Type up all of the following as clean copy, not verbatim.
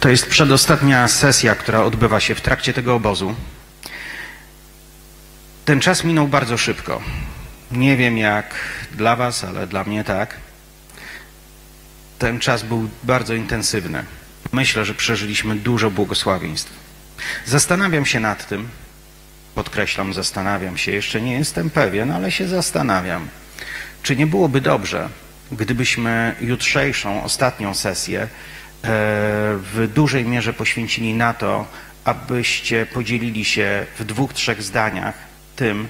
To jest przedostatnia sesja, która odbywa się w trakcie tego obozu. Ten czas minął bardzo szybko. Nie wiem jak dla was, ale dla mnie tak. Ten czas był bardzo intensywny. Myślę, że przeżyliśmy dużo błogosławieństw. Zastanawiam się nad tym, podkreślam, zastanawiam się, jeszcze nie jestem pewien, ale się zastanawiam, czy nie byłoby dobrze, gdybyśmy jutrzejszą, ostatnią sesję w dużej mierze poświęcili na to, abyście podzielili się w 2-3 zdaniach tym,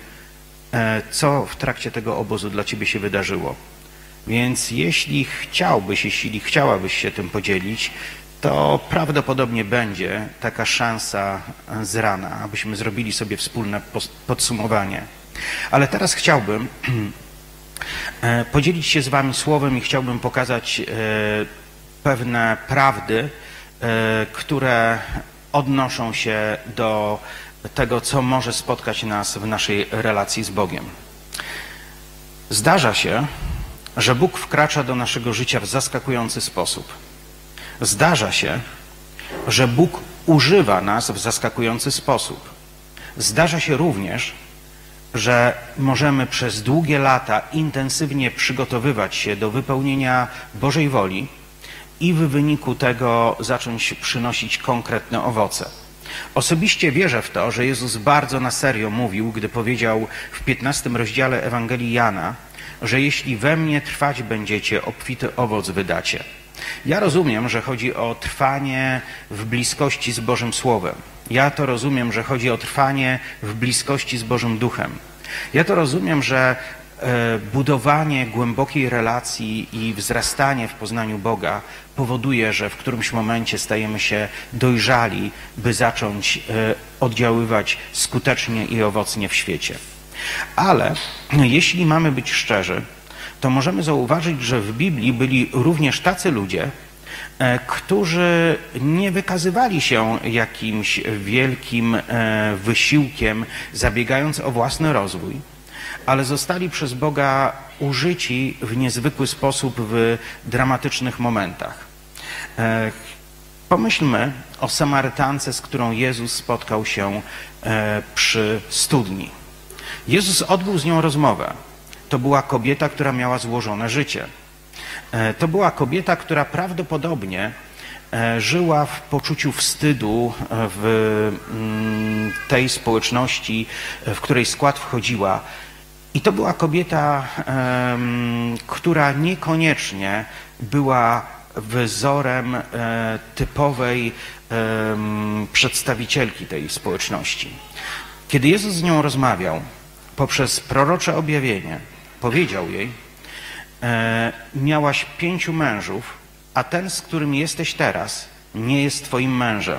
co w trakcie tego obozu dla ciebie się wydarzyło. Więc jeśli chciałabyś się tym podzielić, to prawdopodobnie będzie taka szansa z rana, abyśmy zrobili sobie wspólne podsumowanie. Ale teraz chciałbym podzielić się z wami słowem i chciałbym pokazać pewne prawdy, które odnoszą się do tego, co może spotkać nas w naszej relacji z Bogiem. Zdarza się, że Bóg wkracza do naszego życia w zaskakujący sposób. Zdarza się, że Bóg używa nas w zaskakujący sposób. Zdarza się również, że możemy przez długie lata intensywnie przygotowywać się do wypełnienia Bożej woli i w wyniku tego zacząć przynosić konkretne owoce. Osobiście wierzę w to, że Jezus bardzo na serio mówił, gdy powiedział w 15 rozdziale Ewangelii Jana, że jeśli we mnie trwać będziecie, obfity owoc wydacie. Ja rozumiem, że chodzi o trwanie w bliskości z Bożym Słowem. Ja to rozumiem, że chodzi o trwanie w bliskości z Bożym Duchem. Ja to rozumiem, że budowanie głębokiej relacji i wzrastanie w poznaniu Boga powoduje, że w którymś momencie stajemy się dojrzali, by zacząć oddziaływać skutecznie i owocnie w świecie. Ale jeśli mamy być szczerzy, to możemy zauważyć, że w Biblii byli również tacy ludzie, którzy nie wykazywali się jakimś wielkim wysiłkiem, zabiegając o własny rozwój, ale zostali przez Boga użyci w niezwykły sposób w dramatycznych momentach. Pomyślmy o Samarytance, z którą Jezus spotkał się przy studni. Jezus odbył z nią rozmowę. To była kobieta, która miała złożone życie. To była kobieta, która prawdopodobnie żyła w poczuciu wstydu w tej społeczności, w której skład wchodziła. I to była kobieta, która niekoniecznie była wzorem typowej przedstawicielki tej społeczności. Kiedy Jezus z nią rozmawiał, poprzez prorocze objawienie powiedział jej: miałaś 5 mężów, a ten, z którym jesteś teraz, nie jest twoim mężem.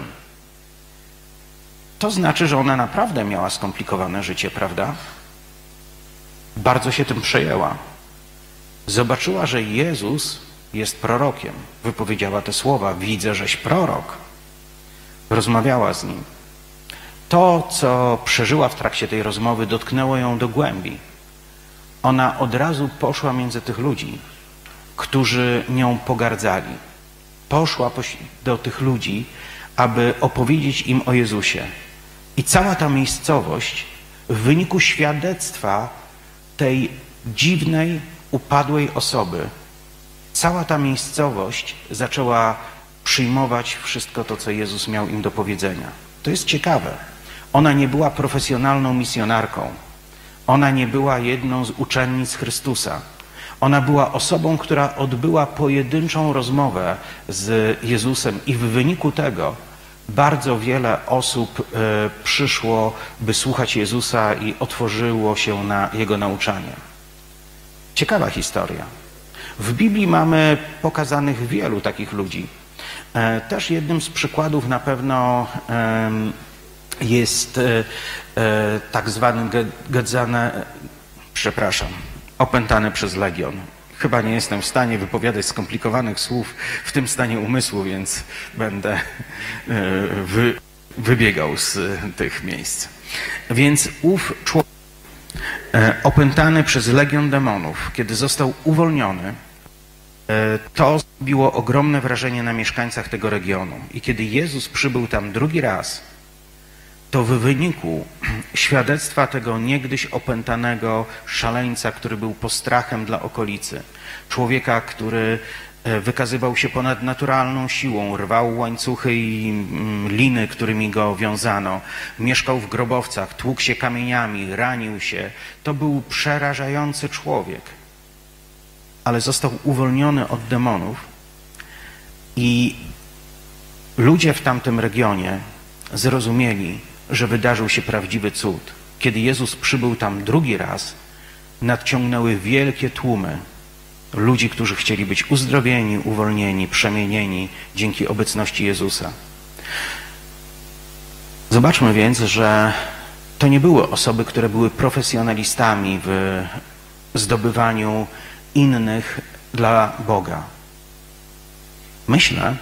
To znaczy, że ona naprawdę miała skomplikowane życie, prawda? Bardzo się tym przejęła. Zobaczyła, że Jezus jest prorokiem. Wypowiedziała te słowa: widzę, żeś prorok. Rozmawiała z nim. To, co przeżyła w trakcie tej rozmowy, dotknęło ją do głębi. Ona od razu poszła między tych ludzi, którzy nią pogardzali. Poszła do tych ludzi, aby opowiedzieć im o Jezusie. I cała ta miejscowość w wyniku świadectwa tej dziwnej, upadłej osoby, cała ta miejscowość zaczęła przyjmować wszystko to, co Jezus miał im do powiedzenia. To jest ciekawe. Ona nie była profesjonalną misjonarką. Ona nie była jedną z uczennic Chrystusa. Ona była osobą, która odbyła pojedynczą rozmowę z Jezusem i w wyniku tego bardzo wiele osób przyszło, by słuchać Jezusa i otworzyło się na Jego nauczanie. Ciekawa historia. W Biblii mamy pokazanych wielu takich ludzi. Też jednym z przykładów na pewno jest tak zwany opętany przez legion. Chyba nie jestem w stanie wypowiadać skomplikowanych słów w tym stanie umysłu, więc będę wybiegał z tych miejsc. Więc ów człowiek opętany przez legion demonów, kiedy został uwolniony, To zrobiło ogromne wrażenie na mieszkańcach tego regionu. I kiedy Jezus przybył tam drugi raz, to w wyniku świadectwa tego niegdyś opętanego szaleńca, który był postrachem dla okolicy, człowieka, który wykazywał się ponadnaturalną siłą, rwał łańcuchy i liny, którymi go wiązano, mieszkał w grobowcach, tłukł się kamieniami, ranił się. To był przerażający człowiek, ale został uwolniony od demonów i ludzie w tamtym regionie zrozumieli, że wydarzył się prawdziwy cud. Kiedy Jezus przybył tam drugi raz, nadciągnęły wielkie tłumy ludzi, którzy chcieli być uzdrowieni, uwolnieni, przemienieni dzięki obecności Jezusa. Zobaczmy więc, że to nie były osoby, które były profesjonalistami w zdobywaniu innych dla Boga. Myślę,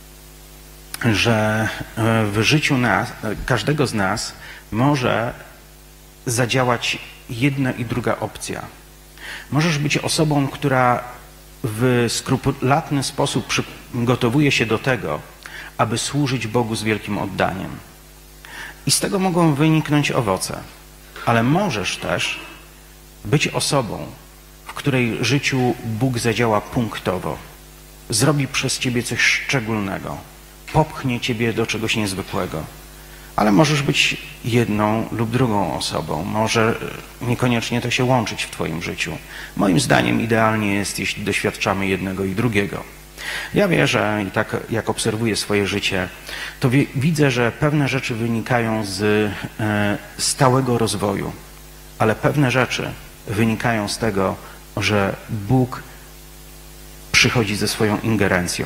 że w życiu każdego z nas może zadziałać jedna i druga opcja. Możesz być osobą, która w skrupulatny sposób przygotowuje się do tego, aby służyć Bogu z wielkim oddaniem. I z tego mogą wyniknąć owoce. Ale możesz też być osobą, w której życiu Bóg zadziała punktowo. Zrobi przez ciebie coś szczególnego. Popchnie ciebie do czegoś niezwykłego. Ale możesz być jedną lub drugą osobą. Może niekoniecznie to się łączyć w twoim życiu. Moim zdaniem idealnie jest, jeśli doświadczamy jednego i drugiego. Ja wierzę i tak jak obserwuję swoje życie, to widzę, że pewne rzeczy wynikają z stałego rozwoju, ale pewne rzeczy wynikają z tego, że Bóg przychodzi ze swoją ingerencją.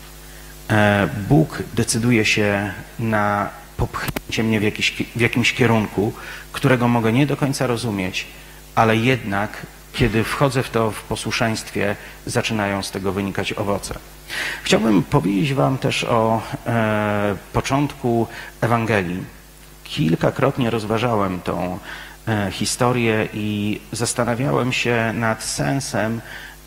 Bóg decyduje się na popchnięcie mnie w jakimś kierunku, którego mogę nie do końca rozumieć, ale jednak, kiedy wchodzę w to w posłuszeństwie, zaczynają z tego wynikać owoce. Chciałbym powiedzieć wam też o początku Ewangelii. Kilkakrotnie rozważałem tą historię i zastanawiałem się nad sensem,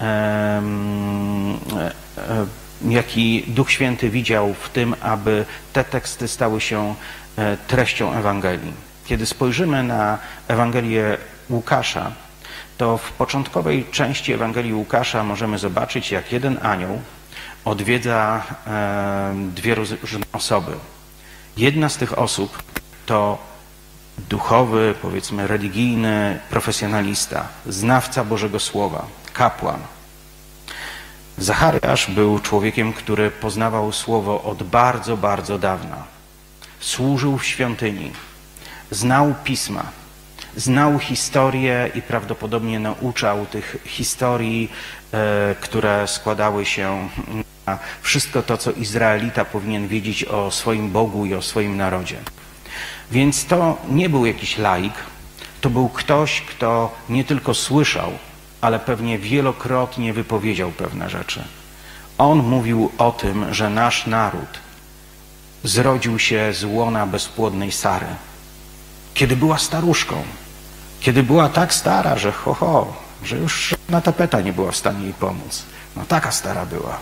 jaki Duch Święty widział w tym, aby te teksty stały się treścią Ewangelii. Kiedy spojrzymy na Ewangelię Łukasza, to w początkowej części Ewangelii Łukasza możemy zobaczyć, jak jeden anioł odwiedza dwie różne osoby. Jedna z tych osób to duchowy, powiedzmy religijny profesjonalista, znawca Bożego Słowa, kapłan. Zachariasz był człowiekiem, który poznawał Słowo od bardzo, bardzo dawna. Służył w świątyni, znał Pisma, znał historię i prawdopodobnie nauczał tych historii, które składały się na wszystko to, co Izraelita powinien wiedzieć o swoim Bogu i o swoim narodzie. Więc to nie był jakiś laik, to był ktoś, kto nie tylko słyszał, ale pewnie wielokrotnie wypowiedział pewne rzeczy. On mówił o tym, że nasz naród zrodził się z łona bezpłodnej Sary. Kiedy była staruszką, kiedy była tak stara, że że już żadna tapeta nie była w stanie jej pomóc. No taka stara była.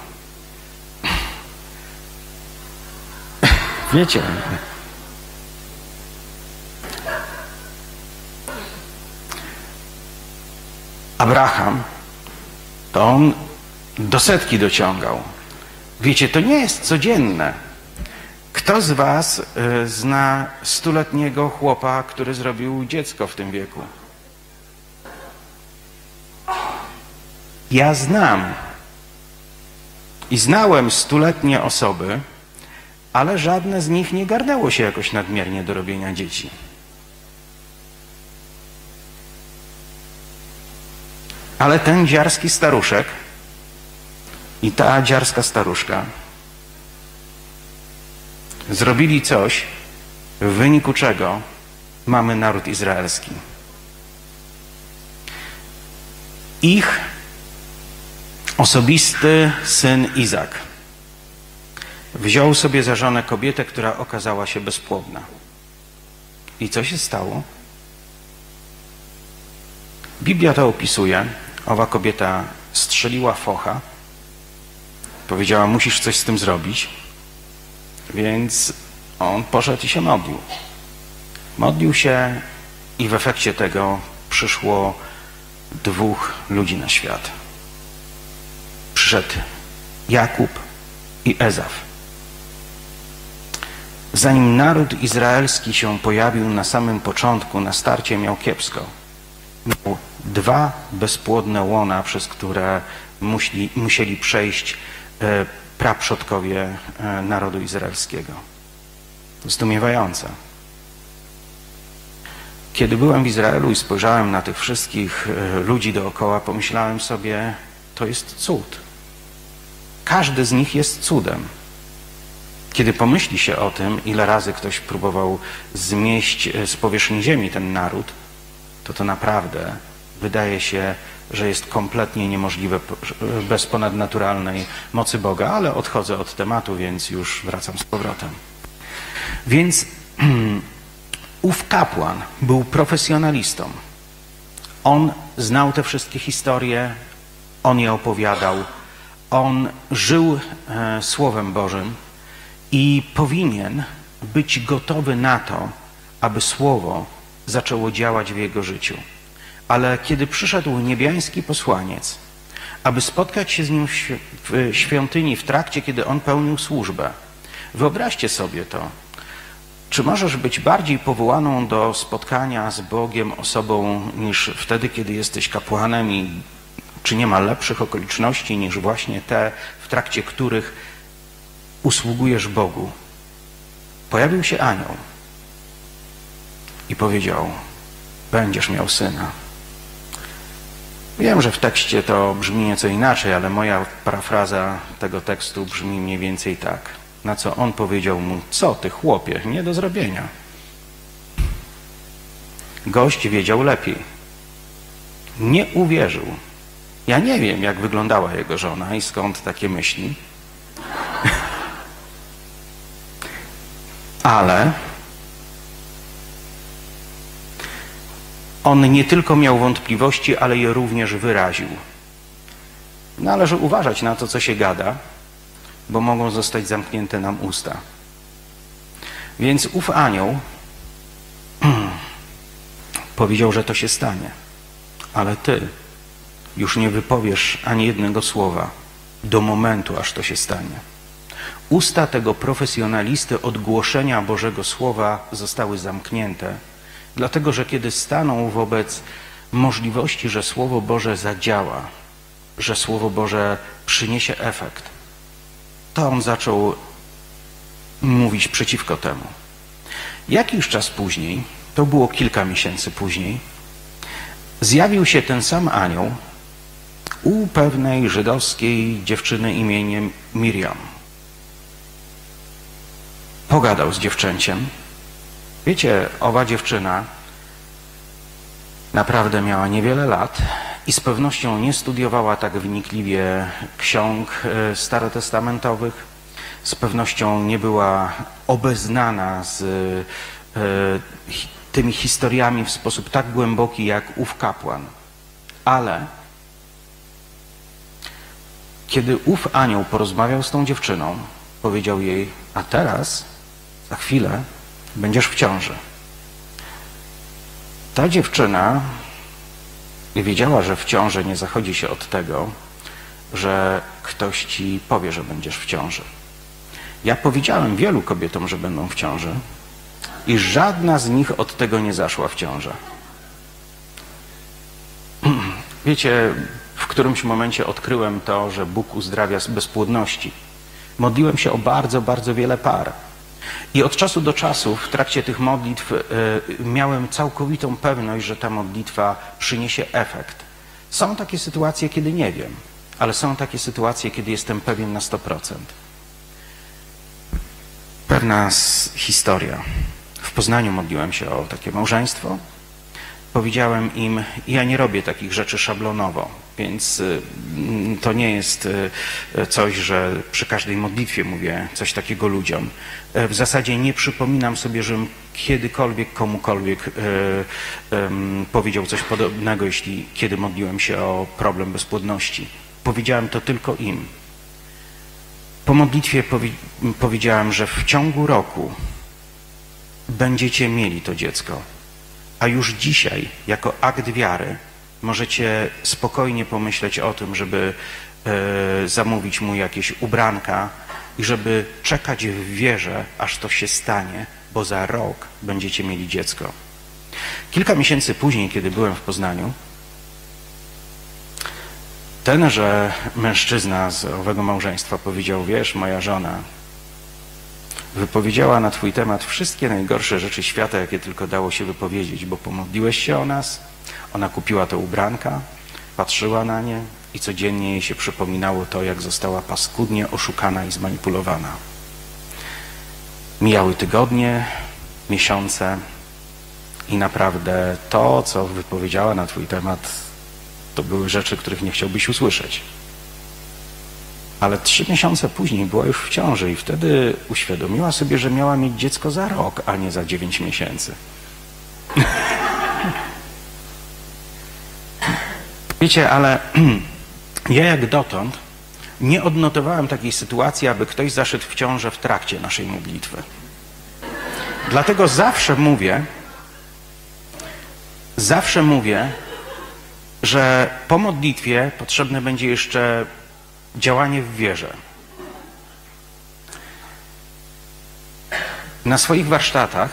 Wiecie, Abraham, to on do 100 dociągał. Wiecie, to nie jest codzienne. Kto z was zna 100-letniego chłopa, który zrobił dziecko w tym wieku? Ja znam. I znałem 100-letnie osoby, ale żadne z nich nie garnęło się jakoś nadmiernie do robienia dzieci. Ale ten dziarski staruszek i ta dziarska staruszka zrobili coś, w wyniku czego mamy naród izraelski. Ich osobisty syn Izak wziął sobie za żonę kobietę, która okazała się bezpłodna. I co się stało? Biblia to opisuje. Owa kobieta strzeliła focha powiedziała, musisz coś z tym zrobić, więc on poszedł i się modlił. Modlił się i w efekcie tego przyszło 2 ludzi na świat. Przyszedł Jakub i Ezaf. Zanim naród izraelski się pojawił na samym początku, na starcie miał kiepsko. Miał 2 bezpłodne łona, przez które musieli przejść praprzodkowie narodu izraelskiego. To zdumiewające. Kiedy byłem w Izraelu i spojrzałem na tych wszystkich ludzi dookoła, pomyślałem sobie, to jest cud. Każdy z nich jest cudem. Kiedy pomyśli się o tym, ile razy ktoś próbował zmieść z powierzchni ziemi ten naród, to naprawdę wydaje się, że jest kompletnie niemożliwe bez ponadnaturalnej mocy Boga, ale odchodzę od tematu, więc już wracam z powrotem. Więc ów kapłan był profesjonalistą. On znał te wszystkie historie, on je opowiadał, on żył Słowem Bożym i powinien być gotowy na to, aby Słowo zaczęło działać w jego życiu. Ale kiedy przyszedł niebiański posłaniec, aby spotkać się z nim w świątyni w trakcie, kiedy on pełnił służbę, wyobraźcie sobie to. Czy możesz być bardziej powołaną do spotkania z Bogiem osobą niż wtedy, kiedy jesteś kapłanem i czy nie ma lepszych okoliczności niż właśnie te, w trakcie których usługujesz Bogu? Pojawił się anioł i powiedział, będziesz miał syna. Wiem, że w tekście to brzmi nieco inaczej, ale moja parafraza tego tekstu brzmi mniej więcej tak. Na co on powiedział mu, co ty chłopie, nie do zrobienia. Gość wiedział lepiej. Nie uwierzył. Ja nie wiem, jak wyglądała jego żona i skąd takie myśli. Ale on nie tylko miał wątpliwości, ale je również wyraził. Należy uważać na to, co się gada, bo mogą zostać zamknięte nam usta. Więc ów anioł powiedział, że to się stanie, ale ty już nie wypowiesz ani jednego słowa do momentu, aż to się stanie. Usta tego profesjonalisty od głoszenia Bożego Słowa zostały zamknięte, dlatego że kiedy stanął wobec możliwości, że Słowo Boże zadziała, że Słowo Boże przyniesie efekt, to on zaczął mówić przeciwko temu. Jakiś czas później, to było kilka miesięcy później, zjawił się ten sam anioł u pewnej żydowskiej dziewczyny imieniem Miriam. Pogadał z dziewczęciem. Wiecie, owa dziewczyna naprawdę miała niewiele lat i z pewnością nie studiowała tak wnikliwie ksiąg starotestamentowych. Z pewnością nie była obeznana z tymi historiami w sposób tak głęboki jak ów kapłan. Ale kiedy ów anioł porozmawiał z tą dziewczyną, powiedział jej, a teraz, za chwilę, będziesz w ciąży. Ta dziewczyna wiedziała, że w ciąży nie zachodzi się od tego, że ktoś ci powie, że będziesz w ciąży. Ja powiedziałem wielu kobietom, że będą w ciąży i żadna z nich od tego nie zaszła w ciążę. Wiecie, w którymś momencie odkryłem to, że Bóg uzdrawia z bezpłodności. Modliłem się o bardzo, bardzo wiele par. I od czasu do czasu w trakcie tych modlitw miałem całkowitą pewność, że ta modlitwa przyniesie efekt. Są takie sytuacje, kiedy nie wiem, ale są takie sytuacje, kiedy jestem pewien na 100%. Pewna historia. W Poznaniu modliłem się o takie małżeństwo. Powiedziałem im, ja nie robię takich rzeczy szablonowo, więc to nie jest coś, że przy każdej modlitwie mówię coś takiego ludziom. W zasadzie nie przypominam sobie, żebym kiedykolwiek komukolwiek powiedział coś podobnego, kiedy modliłem się o problem bezpłodności. Powiedziałem to tylko im. Po modlitwie powiedziałem, że w ciągu roku będziecie mieli to dziecko, a już dzisiaj, jako akt wiary, możecie spokojnie pomyśleć o tym, żeby zamówić mu jakieś ubranka i żeby czekać w wierze, aż to się stanie, bo za rok będziecie mieli dziecko. Kilka miesięcy później, kiedy byłem w Poznaniu, tenże mężczyzna z owego małżeństwa powiedział: wiesz, moja żona wypowiedziała na twój temat wszystkie najgorsze rzeczy świata, jakie tylko dało się wypowiedzieć, bo pomodliłeś się o nas, ona kupiła te ubranka, patrzyła na nie i codziennie jej się przypominało to, jak została paskudnie oszukana i zmanipulowana. Mijały tygodnie, miesiące i naprawdę to, co wypowiedziała na twój temat, to były rzeczy, których nie chciałbyś usłyszeć. Ale 3 miesiące później była już w ciąży i wtedy uświadomiła sobie, że miała mieć dziecko za rok, a nie za 9 miesięcy. Wiecie, ale ja jak dotąd nie odnotowałem takiej sytuacji, aby ktoś zaszedł w ciążę w trakcie naszej modlitwy. Dlatego zawsze mówię, że po modlitwie potrzebne będzie jeszcze działanie w wierze. Na swoich warsztatach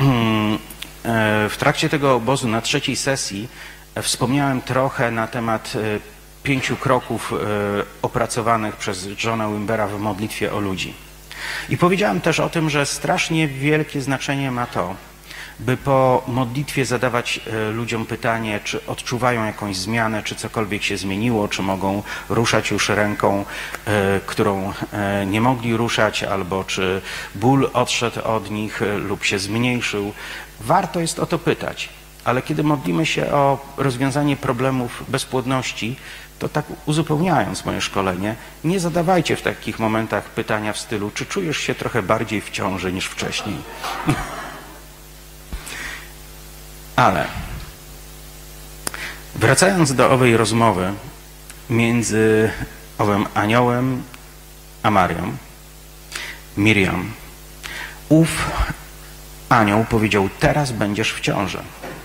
w trakcie tego obozu na 3. sesji wspomniałem trochę na temat 5 kroków opracowanych przez Johna Wimbera w modlitwie o ludzi. I powiedziałem też o tym, że strasznie wielkie znaczenie ma to, by po modlitwie zadawać ludziom pytanie, czy odczuwają jakąś zmianę, czy cokolwiek się zmieniło, czy mogą ruszać już ręką, którą nie mogli ruszać, albo czy ból odszedł od nich lub się zmniejszył. Warto jest o to pytać, ale kiedy modlimy się o rozwiązanie problemów bezpłodności, to tak uzupełniając moje szkolenie, nie zadawajcie w takich momentach pytania w stylu, czy czujesz się trochę bardziej w ciąży niż wcześniej. Ale wracając do owej rozmowy między owym aniołem a Marią, Miriam, ów anioł powiedział: teraz będziesz w ciąży.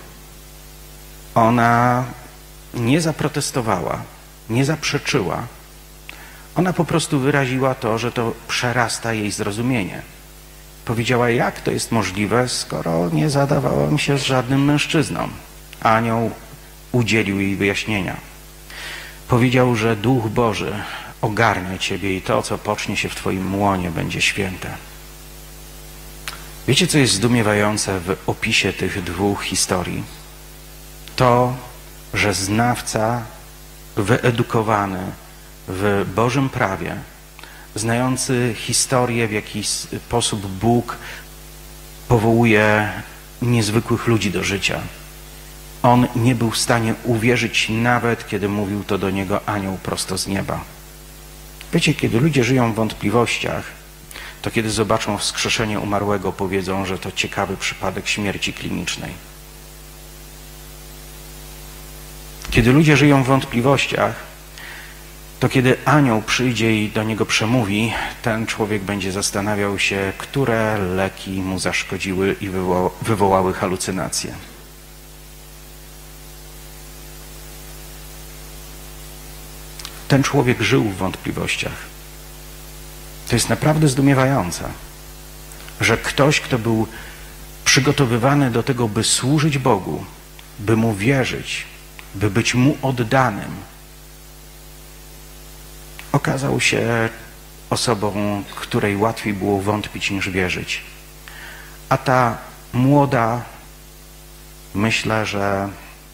Ona nie zaprotestowała, nie zaprzeczyła. Ona po prostu wyraziła to, że to przerasta jej zrozumienie. Powiedziała: jak to jest możliwe, skoro nie zadawałam się z żadnym mężczyzną? Anioł udzielił jej wyjaśnienia. Powiedział, że Duch Boży ogarnia ciebie i to, co pocznie się w twoim łonie, będzie święte. Wiecie, co jest zdumiewające w opisie tych 2 historii? To, że znawca wyedukowany w Bożym prawie, znający historię, w jaki sposób Bóg powołuje niezwykłych ludzi do życia, on nie był w stanie uwierzyć, nawet kiedy mówił to do niego anioł prosto z nieba. Wiecie, kiedy ludzie żyją w wątpliwościach, to kiedy zobaczą wskrzeszenie umarłego, powiedzą, że to ciekawy przypadek śmierci klinicznej. Kiedy ludzie żyją w wątpliwościach, to kiedy anioł przyjdzie i do niego przemówi, ten człowiek będzie zastanawiał się, które leki mu zaszkodziły i wywołały halucynacje. Ten człowiek żył w wątpliwościach. To jest naprawdę zdumiewające, że ktoś, kto był przygotowywany do tego, by służyć Bogu, by Mu wierzyć, by być Mu oddanym, okazał się osobą, której łatwiej było wątpić niż wierzyć. A ta młoda, myślę, że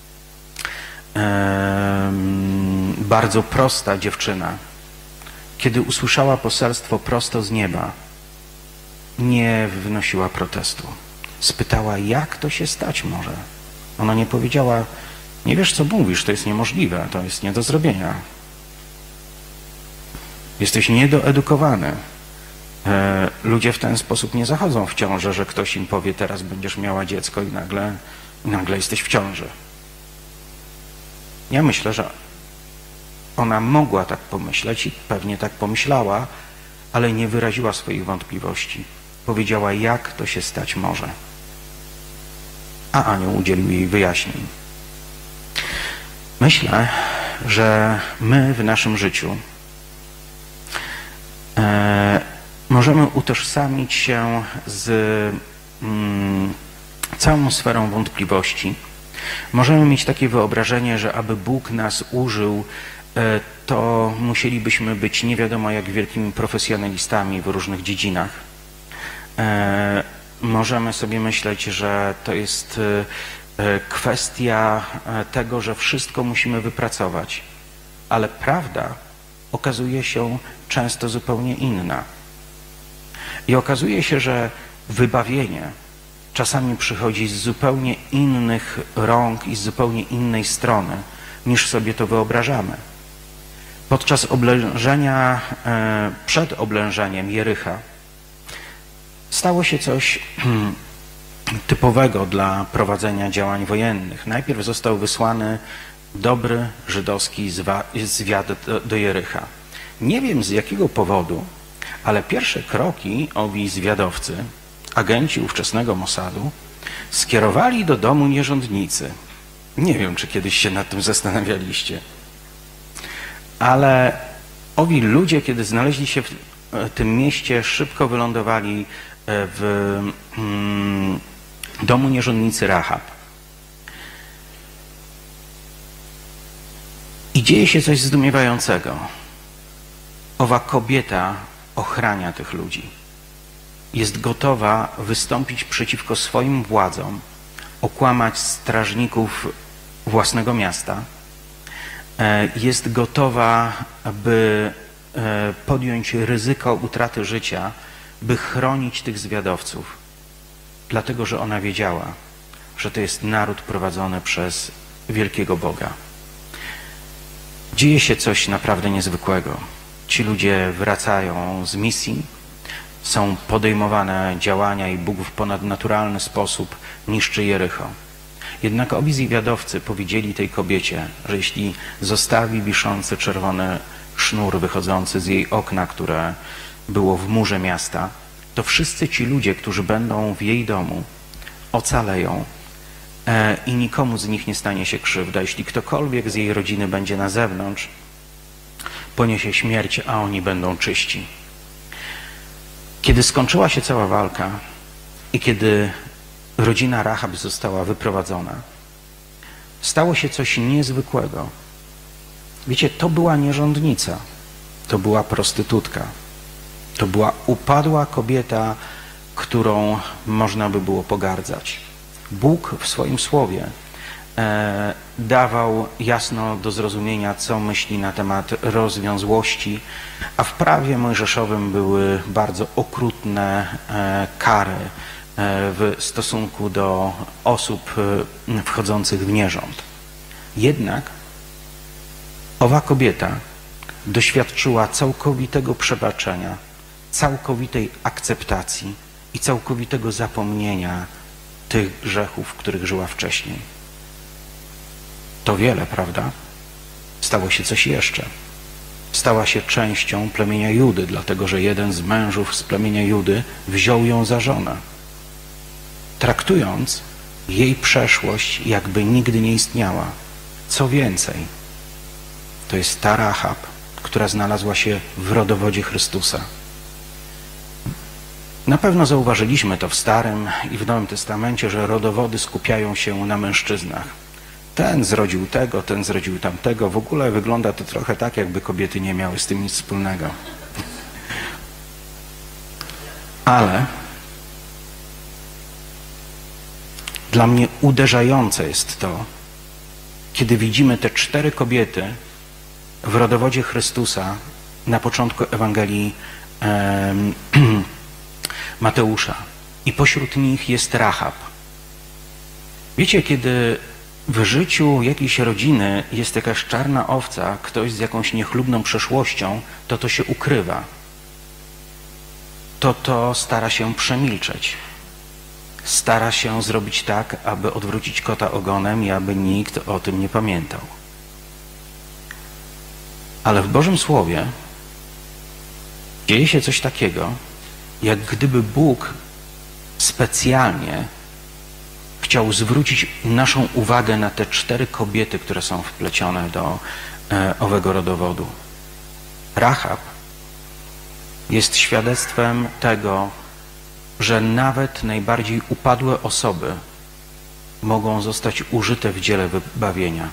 bardzo prosta dziewczyna, kiedy usłyszała poselstwo prosto z nieba, nie wnosiła protestu. Spytała, jak to się stać może. Ona nie powiedziała: nie wiesz, co mówisz, to jest niemożliwe, to jest nie do zrobienia. Jesteś niedoedukowany. Ludzie w ten sposób nie zachodzą w ciążę, że ktoś im powie: teraz będziesz miała dziecko i nagle jesteś w ciąży. Ja myślę, że ona mogła tak pomyśleć i pewnie tak pomyślała, ale nie wyraziła swoich wątpliwości. Powiedziała, jak to się stać może. A anioł udzielił jej wyjaśnień. Myślę, że my w naszym życiu możemy utożsamić się z całą sferą wątpliwości. Możemy mieć takie wyobrażenie, że aby Bóg nas użył, to musielibyśmy być nie wiadomo jak wielkimi profesjonalistami w różnych dziedzinach. Możemy sobie myśleć, że to jest kwestia tego, że wszystko musimy wypracować, ale prawda okazuje się często zupełnie inna. I okazuje się, że wybawienie czasami przychodzi z zupełnie innych rąk i z zupełnie innej strony, niż sobie to wyobrażamy. Podczas oblężenia, przed oblężeniem Jericha stało się coś typowego dla prowadzenia działań wojennych. Najpierw został wysłany dobry żydowski zwiad do Jericha. Nie wiem z jakiego powodu, ale pierwsze kroki owi zwiadowcy, agenci ówczesnego Mossadu, skierowali do domu nierządnicy. Nie wiem, czy kiedyś się nad tym zastanawialiście. Ale owi ludzie, kiedy znaleźli się w tym mieście, szybko wylądowali w domu nierządnicy Rahab. I dzieje się coś zdumiewającego. Owa kobieta ochrania tych ludzi. Jest gotowa wystąpić przeciwko swoim władzom, okłamać strażników własnego miasta. Jest gotowa, by podjąć ryzyko utraty życia, by chronić tych zwiadowców. Dlatego, że ona wiedziała, że to jest naród prowadzony przez wielkiego Boga. Dzieje się coś naprawdę niezwykłego. Ci ludzie wracają z misji, są podejmowane działania i Bóg w ponadnaturalny sposób niszczy Jericho. Jednak obi zwiadowcy powiedzieli tej kobiecie, że jeśli zostawi wiszący czerwony sznur wychodzący z jej okna, które było w murze miasta, to wszyscy ci ludzie, którzy będą w jej domu, ocaleją i nikomu z nich nie stanie się krzywda. Jeśli ktokolwiek z jej rodziny będzie na zewnątrz, poniesie śmierć, a oni będą czyści. Kiedy skończyła się cała walka i kiedy rodzina Rahab została wyprowadzona, stało się coś niezwykłego. Wiecie, to była nierządnica, to była prostytutka, to była upadła kobieta, którą można by było pogardzać. Bóg w swoim słowie dawał jasno do zrozumienia, co myśli na temat rozwiązłości, a w prawie mojżeszowym były bardzo okrutne kary w stosunku do osób wchodzących w nierząd. Jednak owa kobieta doświadczyła całkowitego przebaczenia, całkowitej akceptacji i całkowitego zapomnienia tych grzechów, w których żyła wcześniej. To wiele, prawda? Stało się coś jeszcze. Stała się częścią plemienia Judy, dlatego że jeden z mężów z plemienia Judy wziął ją za żonę, traktując jej przeszłość, jakby nigdy nie istniała. Co więcej, to jest ta Rahab, która znalazła się w rodowodzie Chrystusa. Na pewno zauważyliśmy to w Starym i w Nowym Testamencie, że rodowody skupiają się na mężczyznach. Ten zrodził tego, ten zrodził tamtego. W ogóle wygląda to trochę tak, jakby kobiety nie miały z tym nic wspólnego. Ale dla mnie uderzające jest to, kiedy widzimy te 4 kobiety w rodowodzie Chrystusa na początku Ewangelii Mateusza. I pośród nich jest Rahab. Wiecie, kiedy w życiu jakiejś rodziny jest jakaś czarna owca, ktoś z jakąś niechlubną przeszłością, to się ukrywa. To stara się przemilczeć. Stara się zrobić tak, aby odwrócić kota ogonem i aby nikt o tym nie pamiętał. Ale w Bożym Słowie dzieje się coś takiego, jak gdyby Bóg specjalnie chciał zwrócić naszą uwagę na te 4 kobiety, które są wplecione do owego rodowodu. Rahab jest świadectwem tego, że nawet najbardziej upadłe osoby mogą zostać użyte w dziele wybawienia.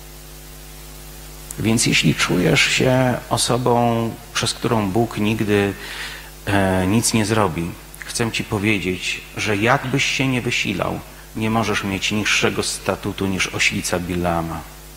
Więc jeśli czujesz się osobą, przez którą Bóg nigdy nic nie zrobi, chcę Ci powiedzieć, że jakbyś się nie wysilał, nie możesz mieć niższego statutu niż oślica Bileama.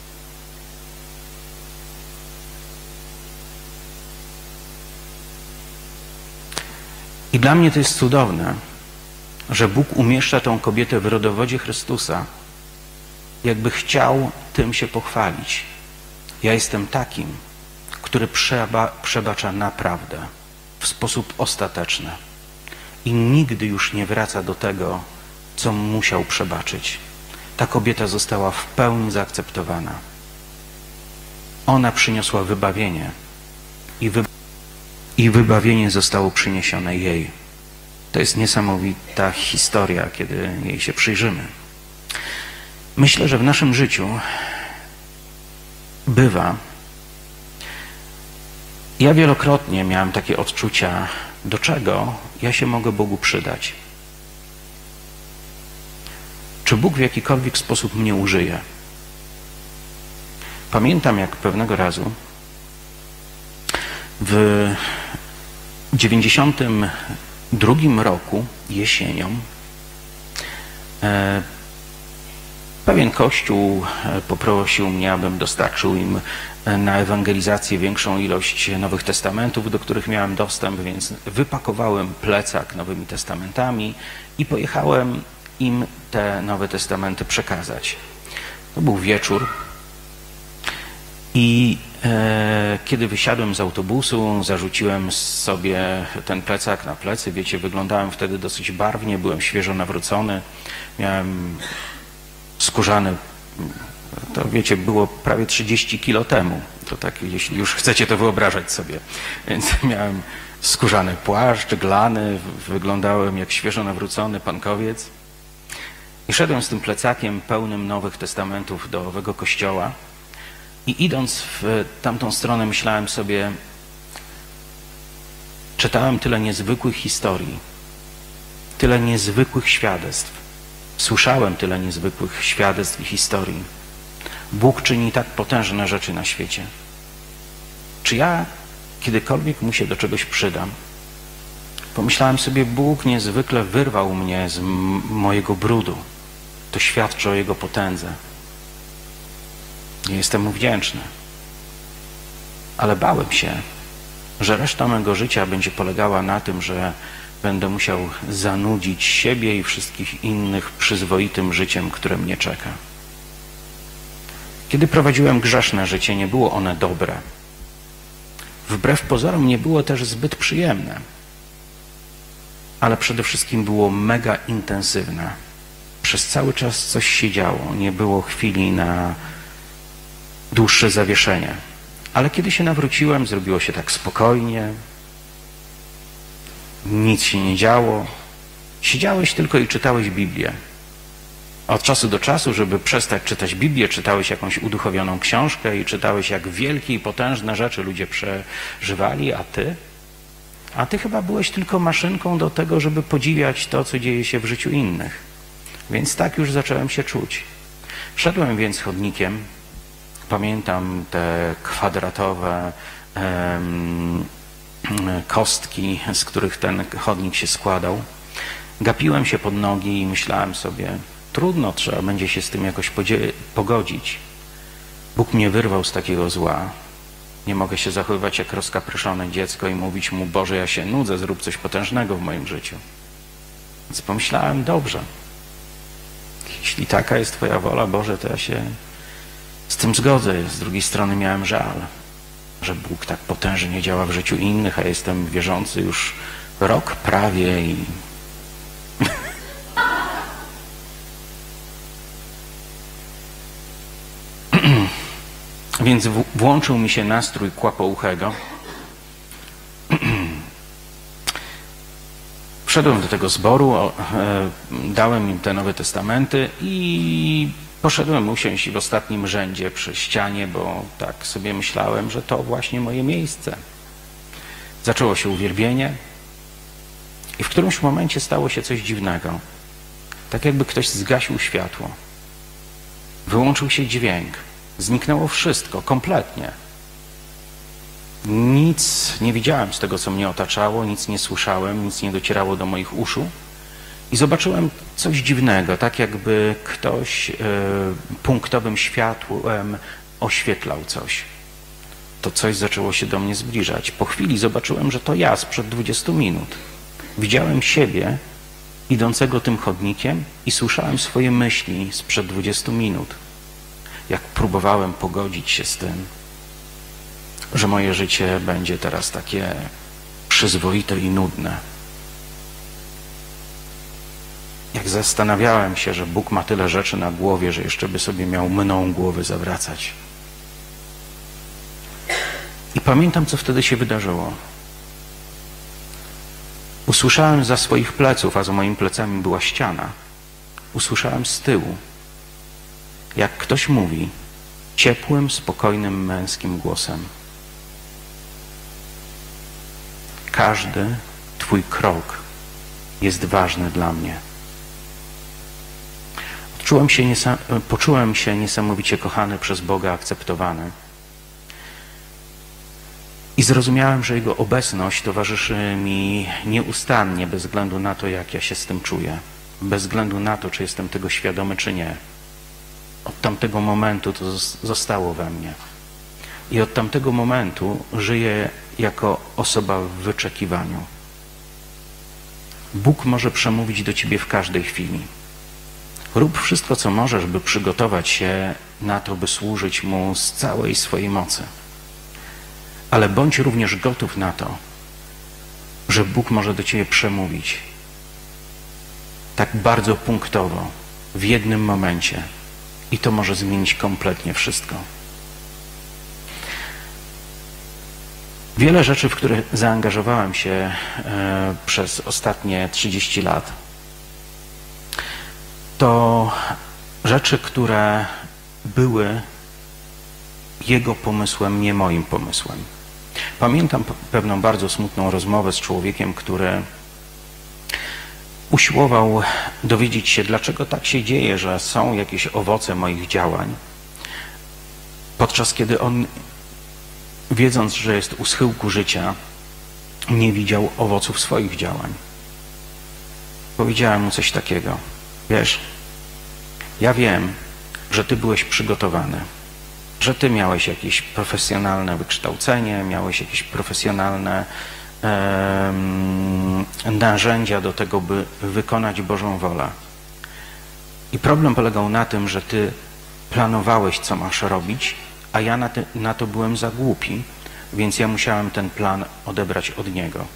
I dla mnie to jest cudowne, że Bóg umieszcza tą kobietę w rodowodzie Chrystusa, jakby chciał tym się pochwalić. Ja jestem takim, który przebacza naprawdę, w sposób ostateczny i nigdy już nie wraca do tego, co musiał przebaczyć. Ta kobieta została w pełni zaakceptowana. Ona przyniosła wybawienie i wybawienie zostało przyniesione jej. To jest niesamowita historia, kiedy jej się przyjrzymy. Myślę, że w naszym życiu bywa. Ja wielokrotnie miałem takie odczucia, do czego ja się mogę Bogu przydać. Czy Bóg w jakikolwiek sposób mnie użyje? Pamiętam, jak pewnego razu w 92 roku jesienią pewien kościół poprosił mnie, abym dostarczył im na ewangelizację większą ilość Nowych Testamentów, do których miałem dostęp, więc wypakowałem plecak Nowymi Testamentami i pojechałem im te Nowe Testamenty przekazać. To był wieczór i kiedy wysiadłem z autobusu, zarzuciłem sobie ten plecak na plecy. Wiecie, wyglądałem wtedy dosyć barwnie, byłem świeżo nawrócony, miałem skórzany, to wiecie, było prawie 30 kilo temu. To tak, jeśli już chcecie to wyobrażać sobie. Więc miałem skórzany płaszcz, glany, wyglądałem jak świeżo nawrócony pankowiec. I szedłem z tym plecakiem pełnym Nowych Testamentów do owego kościoła. I idąc w tamtą stronę myślałem sobie, czytałem tyle niezwykłych historii, tyle niezwykłych świadectw. Słyszałem tyle niezwykłych świadectw i historii. Bóg czyni tak potężne rzeczy na świecie. Czy ja kiedykolwiek mu się do czegoś przydam? Pomyślałem sobie, Bóg niezwykle wyrwał mnie z mojego brudu. To świadczy o Jego potędze. I jestem mu wdzięczny. Ale bałem się, że reszta mego życia będzie polegała na tym, że będę musiał zanudzić siebie i wszystkich innych przyzwoitym życiem, które mnie czeka. Kiedy prowadziłem grzeszne życie, nie było one dobre. Wbrew pozorom nie było też zbyt przyjemne. Ale przede wszystkim było mega intensywne. Przez cały czas coś się działo. Nie było chwili na dłuższe zawieszenie. Ale kiedy się nawróciłem, zrobiło się tak spokojnie. Nic się nie działo. Siedziałeś tylko i czytałeś Biblię. Od czasu do czasu, żeby przestać czytać Biblię, czytałeś jakąś uduchowioną książkę i czytałeś, jak wielkie i potężne rzeczy ludzie przeżywali, a ty chyba byłeś tylko maszynką do tego, żeby podziwiać to, co dzieje się w życiu innych. Więc tak już zacząłem się czuć. Szedłem więc chodnikiem. Pamiętam te kwadratowe kostki, z których ten chodnik się składał. Gapiłem się pod nogi i myślałem sobie, trudno, trzeba będzie się z tym jakoś pogodzić. Bóg mnie wyrwał z takiego zła. Nie mogę się zachowywać jak rozkapryszone dziecko i mówić mu, Boże, ja się nudzę, zrób coś potężnego w moim życiu. Więc pomyślałem, dobrze. Jeśli taka jest Twoja wola, Boże, to ja się z tym zgodzę. Z drugiej strony miałem żal, że Bóg tak potężnie działa w życiu innych, a jestem wierzący już rok prawie i więc włączył mi się nastrój kłapouchego Wszedłem do tego zboru, dałem im te Nowe Testamenty i poszedłem usiąść w ostatnim rzędzie przy ścianie, bo tak sobie myślałem, że to właśnie moje miejsce. Zaczęło się uwielbienie i w którymś momencie stało się coś dziwnego. Tak jakby ktoś zgasił światło. Wyłączył się dźwięk. Zniknęło wszystko, kompletnie. Nic nie widziałem z tego, co mnie otaczało, nic nie słyszałem, nic nie docierało do moich uszu. I zobaczyłem coś dziwnego, tak jakby ktoś punktowym światłem oświetlał coś. To coś zaczęło się do mnie zbliżać. Po chwili zobaczyłem, że to ja sprzed 20 minut. Widziałem siebie idącego tym chodnikiem i słyszałem swoje myśli sprzed 20 minut. Jak próbowałem pogodzić się z tym, że moje życie będzie teraz takie przyzwoite i nudne. Jak zastanawiałem się, że Bóg ma tyle rzeczy na głowie, że jeszcze by sobie miał mną głowę zawracać. I pamiętam, co wtedy się wydarzyło. Usłyszałem za swoich pleców, a za moimi plecami była ściana. Usłyszałem z tyłu, jak ktoś mówi ciepłym, spokojnym, męskim głosem. Każdy Twój krok jest ważny dla mnie. Poczułem się niesamowicie kochany przez Boga, akceptowany. I zrozumiałem, że Jego obecność towarzyszy mi nieustannie, bez względu na to, jak ja się z tym czuję. Bez względu na to, czy jestem tego świadomy, czy nie. Od tamtego momentu to zostało we mnie. I od tamtego momentu żyję jako osoba w wyczekiwaniu. Bóg może przemówić do ciebie w każdej chwili. Rób wszystko, co możesz, by przygotować się na to, by służyć Mu z całej swojej mocy. Ale bądź również gotów na to, że Bóg może do ciebie przemówić tak bardzo punktowo, w jednym momencie. I to może zmienić kompletnie wszystko. Wiele rzeczy, w które zaangażowałem się przez ostatnie 30 lat, to rzeczy, które były Jego pomysłem, nie moim pomysłem. Pamiętam pewną bardzo smutną rozmowę z człowiekiem, który usiłował dowiedzieć się, dlaczego tak się dzieje, że są jakieś owoce moich działań, podczas kiedy on, wiedząc, że jest u schyłku życia, nie widział owoców swoich działań. Powiedziałem mu coś takiego. Wiesz, ja wiem, że ty byłeś przygotowany, że ty miałeś jakieś profesjonalne wykształcenie, miałeś jakieś profesjonalne narzędzia do tego, by wykonać Bożą wolę. I problem polegał na tym, że ty planowałeś, co masz robić, a ja na to byłem za głupi, więc ja musiałem ten plan odebrać od Niego.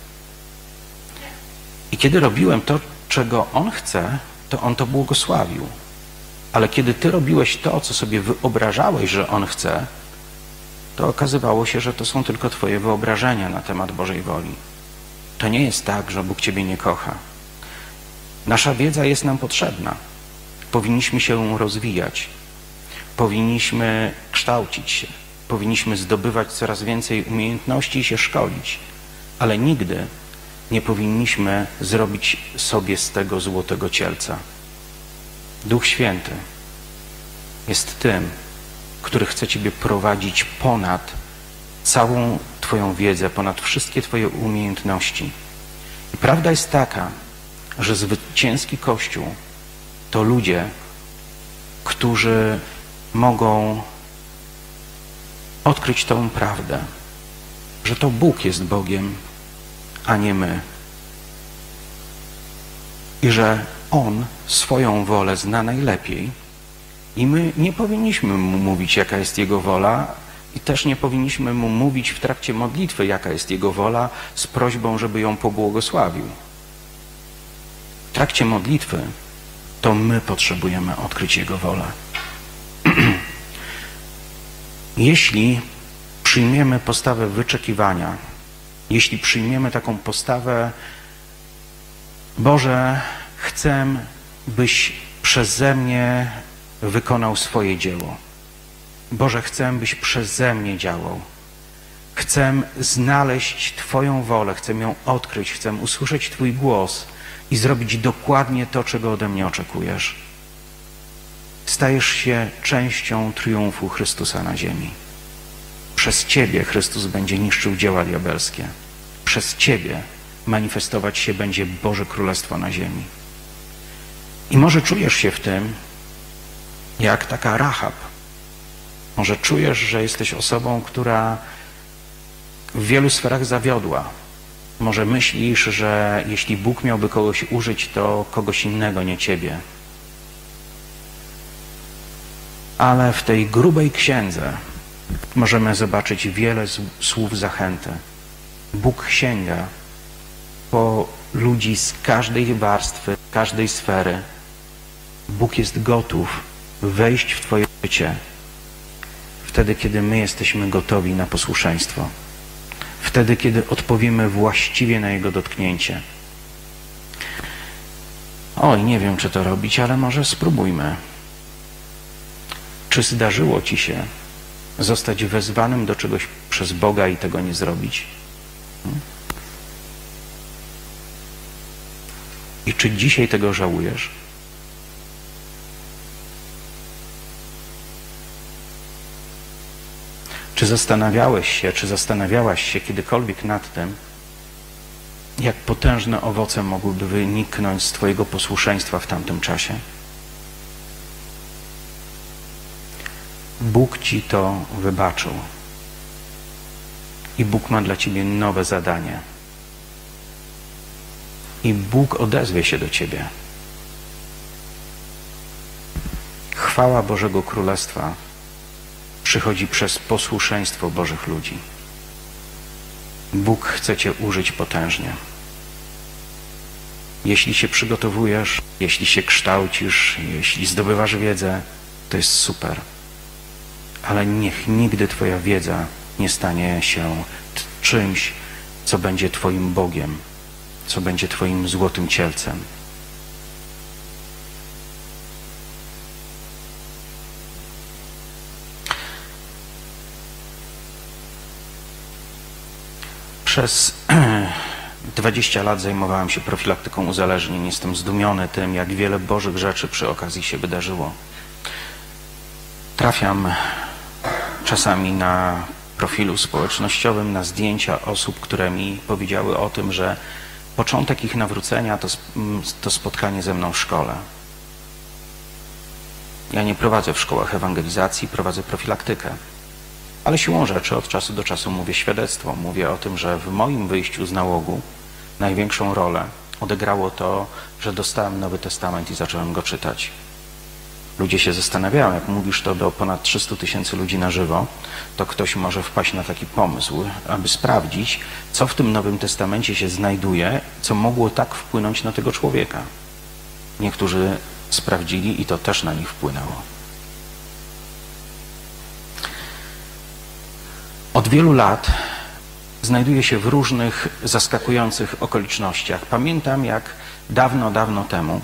I kiedy robiłem to, czego On chce, to On to błogosławił. Ale kiedy ty robiłeś to, co sobie wyobrażałeś, że On chce, to okazywało się, że to są tylko twoje wyobrażenia na temat Bożej woli. To nie jest tak, że Bóg ciebie nie kocha. Nasza wiedza jest nam potrzebna. Powinniśmy się rozwijać. Powinniśmy kształcić się. Powinniśmy zdobywać coraz więcej umiejętności i się szkolić. Ale nigdy nie powinniśmy zrobić sobie z tego złotego cielca. Duch Święty jest tym, który chce ciebie prowadzić ponad całą twoją wiedzę, ponad wszystkie twoje umiejętności. I prawda jest taka, że zwycięski Kościół to ludzie, którzy mogą odkryć tą prawdę, że to Bóg jest Bogiem, a nie my. I że On swoją wolę zna najlepiej i my nie powinniśmy Mu mówić, jaka jest Jego wola i też nie powinniśmy Mu mówić w trakcie modlitwy, jaka jest Jego wola, z prośbą, żeby ją pobłogosławił. W trakcie modlitwy to my potrzebujemy odkryć Jego wolę. Jeśli przyjmiemy postawę wyczekiwania, jeśli przyjmiemy taką postawę Boże, chcę, byś przeze mnie wykonał swoje dzieło. Boże, chcę, byś przeze mnie działał. Chcę znaleźć Twoją wolę, chcę ją odkryć, chcę usłyszeć Twój głos i zrobić dokładnie to, czego ode mnie oczekujesz. Stajesz się częścią triumfu Chrystusa na ziemi. Przez Ciebie Chrystus będzie niszczył dzieła diabelskie. Przez Ciebie manifestować się będzie Boże Królestwo na ziemi. I może czujesz się w tym jak taka Rahab. Może czujesz, że jesteś osobą, która w wielu sferach zawiodła. Może myślisz, że jeśli Bóg miałby kogoś użyć, to kogoś innego, nie Ciebie. Ale w tej grubej księdze możemy zobaczyć wiele słów zachęty. Bóg sięga po ludzi z każdej warstwy, każdej sfery. Bóg jest gotów wejść w Twoje życie wtedy, kiedy my jesteśmy gotowi na posłuszeństwo. Wtedy, kiedy odpowiemy właściwie na Jego dotknięcie. Oj, nie wiem, czy to robić, ale może spróbujmy. Czy zdarzyło Ci się zostać wezwanym do czegoś przez Boga i tego nie zrobić? I czy dzisiaj tego żałujesz? Czy zastanawiałeś się, czy zastanawiałaś się kiedykolwiek nad tym, jak potężne owoce mogłyby wyniknąć z Twojego posłuszeństwa w tamtym czasie? Bóg Ci to wybaczył. I Bóg ma dla Ciebie nowe zadanie. I Bóg odezwie się do Ciebie. Chwała Bożego Królestwa przychodzi przez posłuszeństwo Bożych ludzi. Bóg chce Cię użyć potężnie. Jeśli się przygotowujesz, jeśli się kształcisz, jeśli zdobywasz wiedzę, to jest super. Ale niech nigdy Twoja wiedza nie stanie się czymś, co będzie Twoim Bogiem, co będzie Twoim złotym cielcem. Przez 20 lat zajmowałem się profilaktyką uzależnień. Jestem zdumiony tym, jak wiele Bożych rzeczy przy okazji się wydarzyło. Trafiam czasami na profilu społecznościowym, na zdjęcia osób, które mi powiedziały o tym, że początek ich nawrócenia to spotkanie ze mną w szkole. Ja nie prowadzę w szkołach ewangelizacji, prowadzę profilaktykę. Ale siłą rzeczy od czasu do czasu mówię świadectwo. Mówię o tym, że w moim wyjściu z nałogu największą rolę odegrało to, że dostałem Nowy Testament i zacząłem go czytać. Ludzie się zastanawiają, jak mówisz to do ponad 300 000 ludzi na żywo, to ktoś może wpaść na taki pomysł, aby sprawdzić, co w tym Nowym Testamencie się znajduje, co mogło tak wpłynąć na tego człowieka. Niektórzy sprawdzili i to też na nich wpłynęło. Od wielu lat znajduję się w różnych zaskakujących okolicznościach. Pamiętam, jak dawno, dawno temu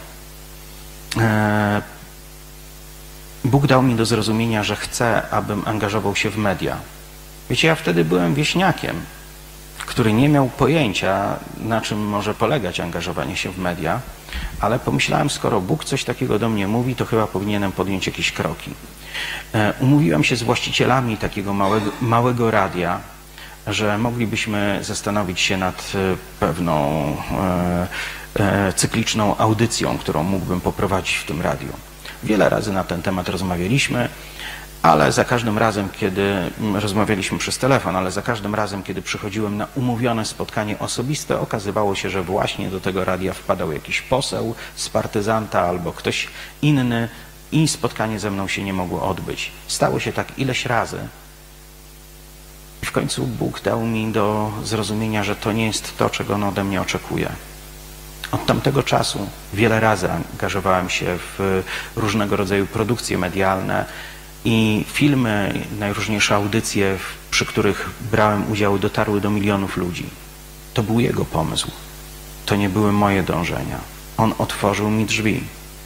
Bóg dał mi do zrozumienia, że chce, abym angażował się w media. Wiecie, ja wtedy byłem wieśniakiem, który nie miał pojęcia, na czym może polegać angażowanie się w media, ale pomyślałem, skoro Bóg coś takiego do mnie mówi, to chyba powinienem podjąć jakieś kroki. Umówiłem się z właścicielami takiego małego radia, że moglibyśmy zastanowić się nad pewną cykliczną audycją, którą mógłbym poprowadzić w tym radiu. Wiele razy na ten temat rozmawialiśmy, ale za każdym razem, kiedy rozmawialiśmy przez telefon, ale za każdym razem, kiedy przychodziłem na umówione spotkanie osobiste, okazywało się, że właśnie do tego radia wpadał jakiś poseł z partyzanta albo ktoś inny i spotkanie ze mną się nie mogło odbyć. Stało się tak ileś razy. I w końcu Bóg dał mi do zrozumienia, że to nie jest to, czego On ode mnie oczekuje. Od tamtego czasu wiele razy angażowałem się w różnego rodzaju produkcje medialne i filmy, najróżniejsze audycje, przy których brałem udział, dotarły do milionów ludzi. To był Jego pomysł. To nie były moje dążenia. On otworzył mi drzwi.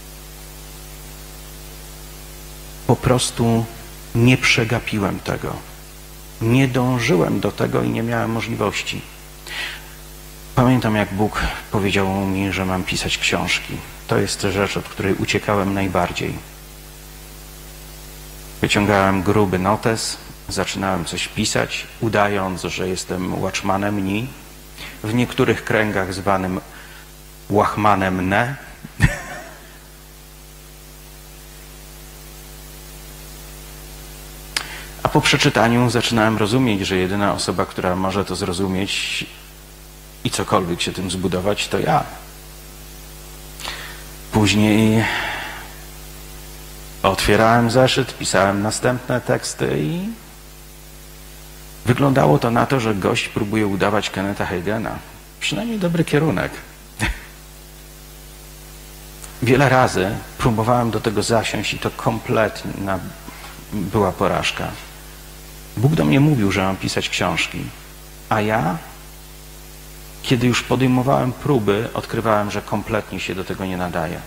Po prostu nie przegapiłem tego. Nie dążyłem do tego i nie miałem możliwości. Pamiętam, jak Bóg powiedział mi, że mam pisać książki. To jest rzecz, od której uciekałem najbardziej. Wyciągałem gruby notes, zaczynałem coś pisać, udając, że jestem watchmanem Ni, w niektórych kręgach zwanym łachmanem Ne. A po przeczytaniu zaczynałem rozumieć, że jedyna osoba, która może to zrozumieć i cokolwiek się tym zbudować, to ja. Później otwierałem zeszyt, pisałem następne teksty i wyglądało to na to, że gość próbuje udawać Kennetha Hagina. Przynajmniej dobry kierunek. Wiele razy próbowałem do tego zasiąść i to kompletna była porażka. Bóg do mnie mówił, że mam pisać książki, a ja, kiedy już podejmowałem próby, odkrywałem, że kompletnie się do tego nie nadaje.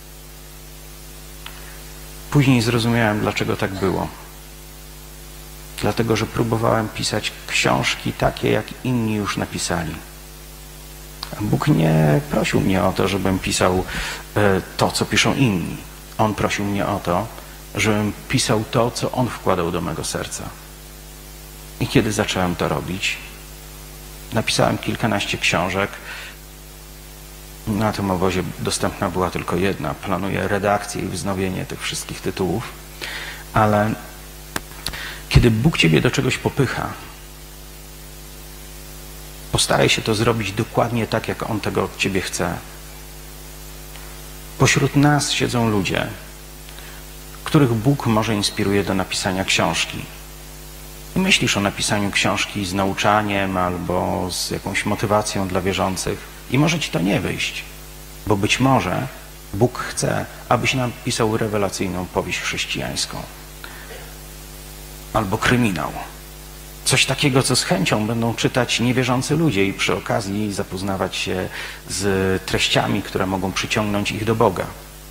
Później zrozumiałem, dlaczego tak było. Dlatego, że próbowałem pisać książki takie, jak inni już napisali. A Bóg nie prosił mnie o to, żebym pisał to, co piszą inni. On prosił mnie o to, żebym pisał to, co On wkładał do mego serca. I kiedy zacząłem to robić, napisałem kilkanaście książek. Na tym obozie dostępna była tylko jedna. Planuję redakcję i wznowienie tych wszystkich tytułów. Ale kiedy Bóg Ciebie do czegoś popycha, postaraj się to zrobić dokładnie tak, jak On tego od Ciebie chce. Pośród nas siedzą ludzie, których Bóg może inspiruje do napisania książki. I myślisz o napisaniu książki z nauczaniem albo z jakąś motywacją dla wierzących i może Ci to nie wyjść, bo być może Bóg chce, abyś napisał rewelacyjną powieść chrześcijańską albo kryminał. Coś takiego, co z chęcią będą czytać niewierzący ludzie i przy okazji zapoznawać się z treściami, które mogą przyciągnąć ich do Boga.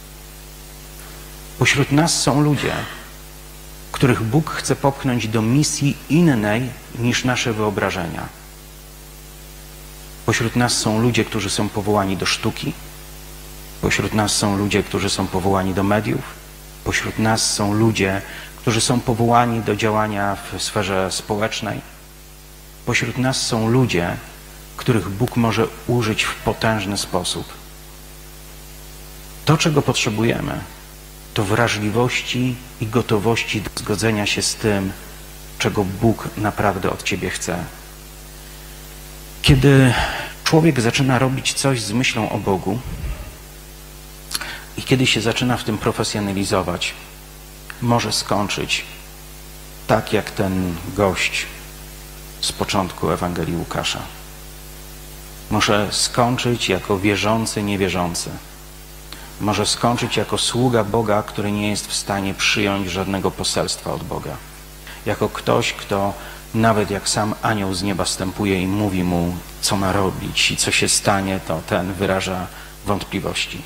Pośród nas są ludzie, których Bóg chce popchnąć do misji innej niż nasze wyobrażenia. Pośród nas są ludzie, którzy są powołani do sztuki. Pośród nas są ludzie, którzy są powołani do mediów. Pośród nas są ludzie, którzy są powołani do działania w sferze społecznej. Pośród nas są ludzie, których Bóg może użyć w potężny sposób. To, czego potrzebujemy, to wrażliwości i gotowości do zgodzenia się z tym, czego Bóg naprawdę od Ciebie chce. Kiedy człowiek zaczyna robić coś z myślą o Bogu i kiedy się zaczyna w tym profesjonalizować, może skończyć tak jak ten gość z początku Ewangelii Łukasza. Może skończyć jako wierzący, niewierzący. Może skończyć jako sługa Boga, który nie jest w stanie przyjąć żadnego poselstwa od Boga. Jako ktoś, kto nawet jak sam anioł z nieba stępuje i mówi mu, co ma robić i co się stanie, to ten wyraża wątpliwości.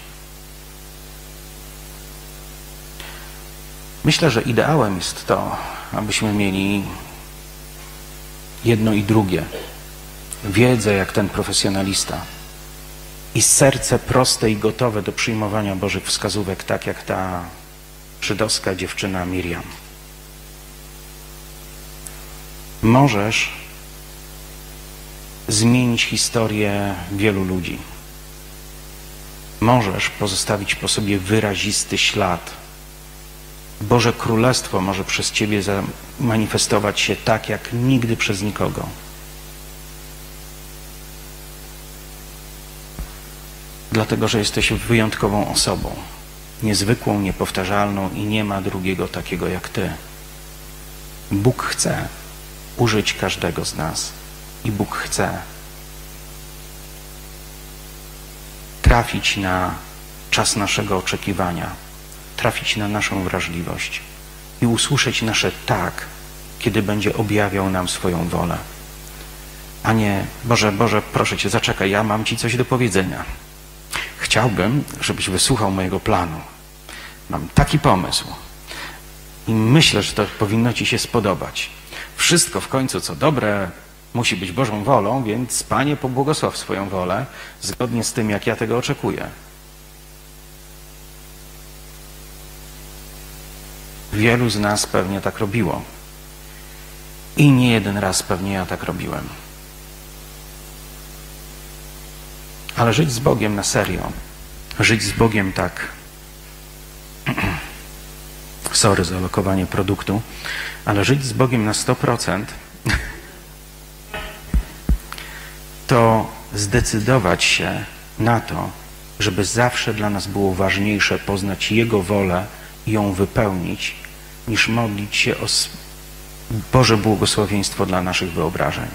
Myślę, że ideałem jest to, abyśmy mieli jedno i drugie. Wiedzę jak ten profesjonalista i serce proste i gotowe do przyjmowania Bożych wskazówek, tak jak ta żydowska dziewczyna Miriam. Możesz zmienić historię wielu ludzi. Możesz pozostawić po sobie wyrazisty ślad. Boże Królestwo może przez Ciebie zamanifestować się tak, jak nigdy przez nikogo. Dlatego, że jesteś wyjątkową osobą, niezwykłą, niepowtarzalną i nie ma drugiego takiego jak Ty. Bóg chce użyć każdego z nas i Bóg chce trafić na czas naszego oczekiwania, trafić na naszą wrażliwość i usłyszeć nasze tak, kiedy będzie objawiał nam swoją wolę. a nie Boże, proszę Cię, zaczekaj, ja mam Ci coś do powiedzenia. Chciałbym, żebyś wysłuchał mojego planu. Mam taki pomysł i myślę, że to powinno Ci się spodobać. Wszystko w końcu, co dobre, musi być Bożą wolą, więc Panie, pobłogosław swoją wolę zgodnie z tym, jak ja tego oczekuję. Wielu z nas pewnie tak robiło. I nie jeden raz pewnie ja tak robiłem. Ale żyć z Bogiem na serio, żyć z Bogiem tak, sorry za lokowanie produktu, ale żyć z Bogiem na 100%, to zdecydować się na to, żeby zawsze dla nas było ważniejsze poznać Jego wolę i ją wypełnić, niż modlić się o Boże błogosławieństwo dla naszych wyobrażeń.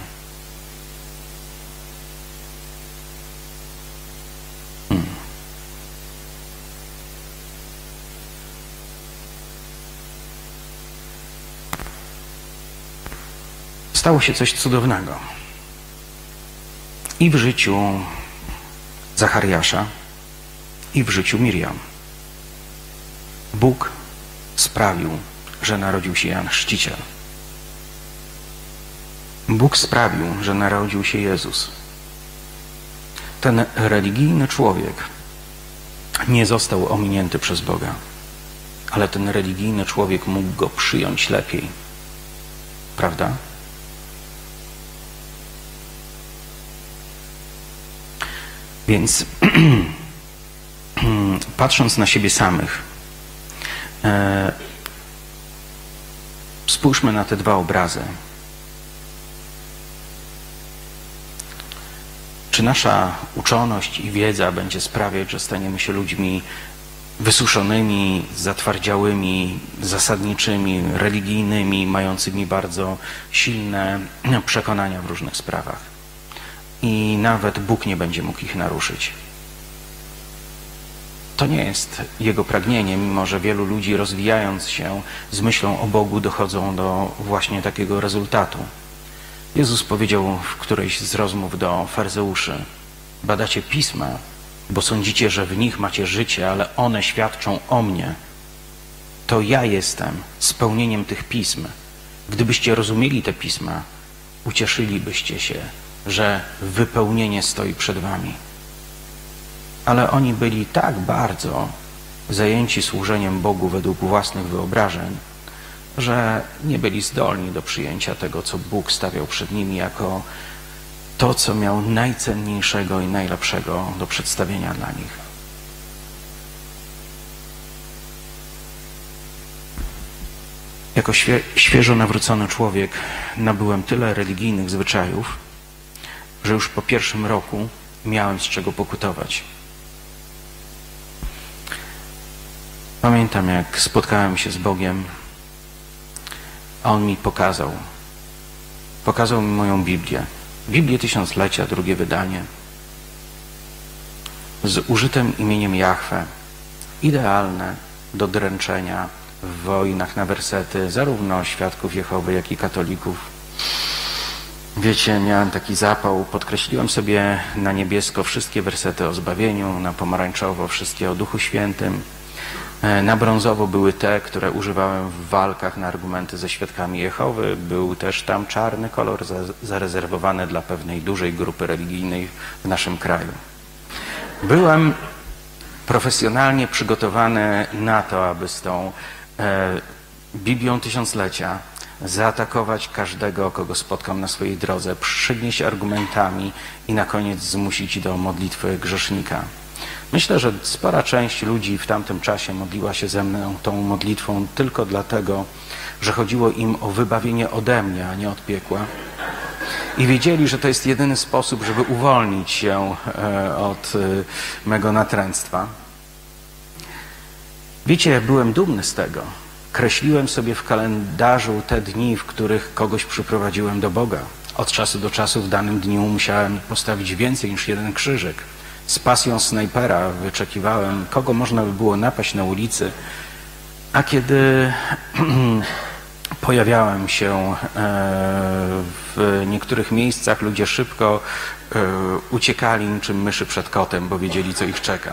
Stało się coś cudownego. I w życiu Zachariasza, i w życiu Miriam. Bóg sprawił, że narodził się Jan Chrzciciel. Bóg sprawił, że narodził się Jezus. Ten religijny człowiek nie został ominięty przez Boga, ale ten religijny człowiek mógł go przyjąć lepiej. Prawda? Więc patrząc na siebie samych, spójrzmy na te dwa obrazy. Czy nasza uczoność i wiedza będzie sprawiać, że staniemy się ludźmi wysuszonymi, zatwardziałymi, zasadniczymi, religijnymi, mającymi bardzo silne przekonania w różnych sprawach? I nawet Bóg nie będzie mógł ich naruszyć. To nie jest Jego pragnienie, mimo że wielu ludzi, rozwijając się z myślą o Bogu, dochodzą do właśnie takiego rezultatu. Jezus powiedział w którejś z rozmów do faryzeuszy: badacie Pisma, bo sądzicie, że w nich macie życie, ale one świadczą o mnie. To ja jestem spełnieniem tych Pism. Gdybyście rozumieli te Pisma, ucieszylibyście się, że wypełnienie stoi przed wami. Ale oni byli tak bardzo zajęci służeniem Bogu według własnych wyobrażeń, że nie byli zdolni do przyjęcia tego, co Bóg stawiał przed nimi jako to, co miał najcenniejszego i najlepszego do przedstawienia dla nich. Jako świeżo nawrócony człowiek nabyłem tyle religijnych zwyczajów, że już po pierwszym roku miałem z czego pokutować. Pamiętam, jak spotkałem się z Bogiem, a On mi pokazał mi moją Biblię. Biblię Tysiąclecia, drugie wydanie, z użytym imieniem Jahwe, idealne do dręczenia w wojnach na wersety zarówno świadków Jehowy, jak i katolików. Wiecie, miałem taki zapał, podkreśliłem sobie na niebiesko wszystkie wersety o zbawieniu, na pomarańczowo wszystkie o Duchu Świętym, na brązowo były te, które używałem w walkach na argumenty ze świadkami Jehowy. Był też tam czarny kolor zarezerwowany dla pewnej dużej grupy religijnej w naszym kraju. Byłem profesjonalnie przygotowany na to, aby z tą Biblią Tysiąclecia zaatakować każdego, kogo spotkam na swojej drodze, przynieść argumentami i na koniec zmusić do modlitwy grzesznika. Myślę, że spora część ludzi w tamtym czasie modliła się ze mną tą modlitwą tylko dlatego, że chodziło im o wybawienie ode mnie, a nie od piekła. I wiedzieli, że to jest jedyny sposób, żeby uwolnić się od mego natręctwa. Wiecie, byłem dumny z tego. Kreśliłem sobie w kalendarzu te dni, w których kogoś przyprowadziłem do Boga. Od czasu do czasu w danym dniu musiałem postawić więcej niż jeden krzyżyk. Z pasją snajpera wyczekiwałem, kogo można by było napaść na ulicy, a kiedy pojawiałem się w niektórych miejscach, ludzie szybko uciekali niczym myszy przed kotem, bo wiedzieli, co ich czeka.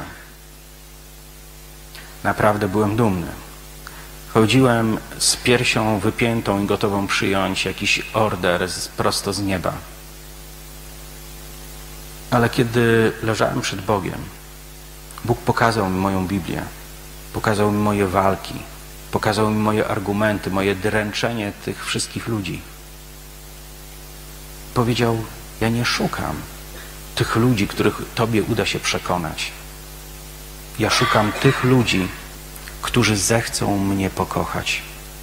Naprawdę byłem dumny. Chodziłem z piersią wypiętą i gotową przyjąć jakiś order prosto z nieba. Ale kiedy leżałem przed Bogiem, Bóg pokazał mi moją Biblię, pokazał mi moje walki, pokazał mi moje argumenty, moje dręczenie tych wszystkich ludzi. Powiedział, ja nie szukam tych ludzi, których Tobie uda się przekonać. Ja szukam tych ludzi, którzy zechcą mnie pokochać.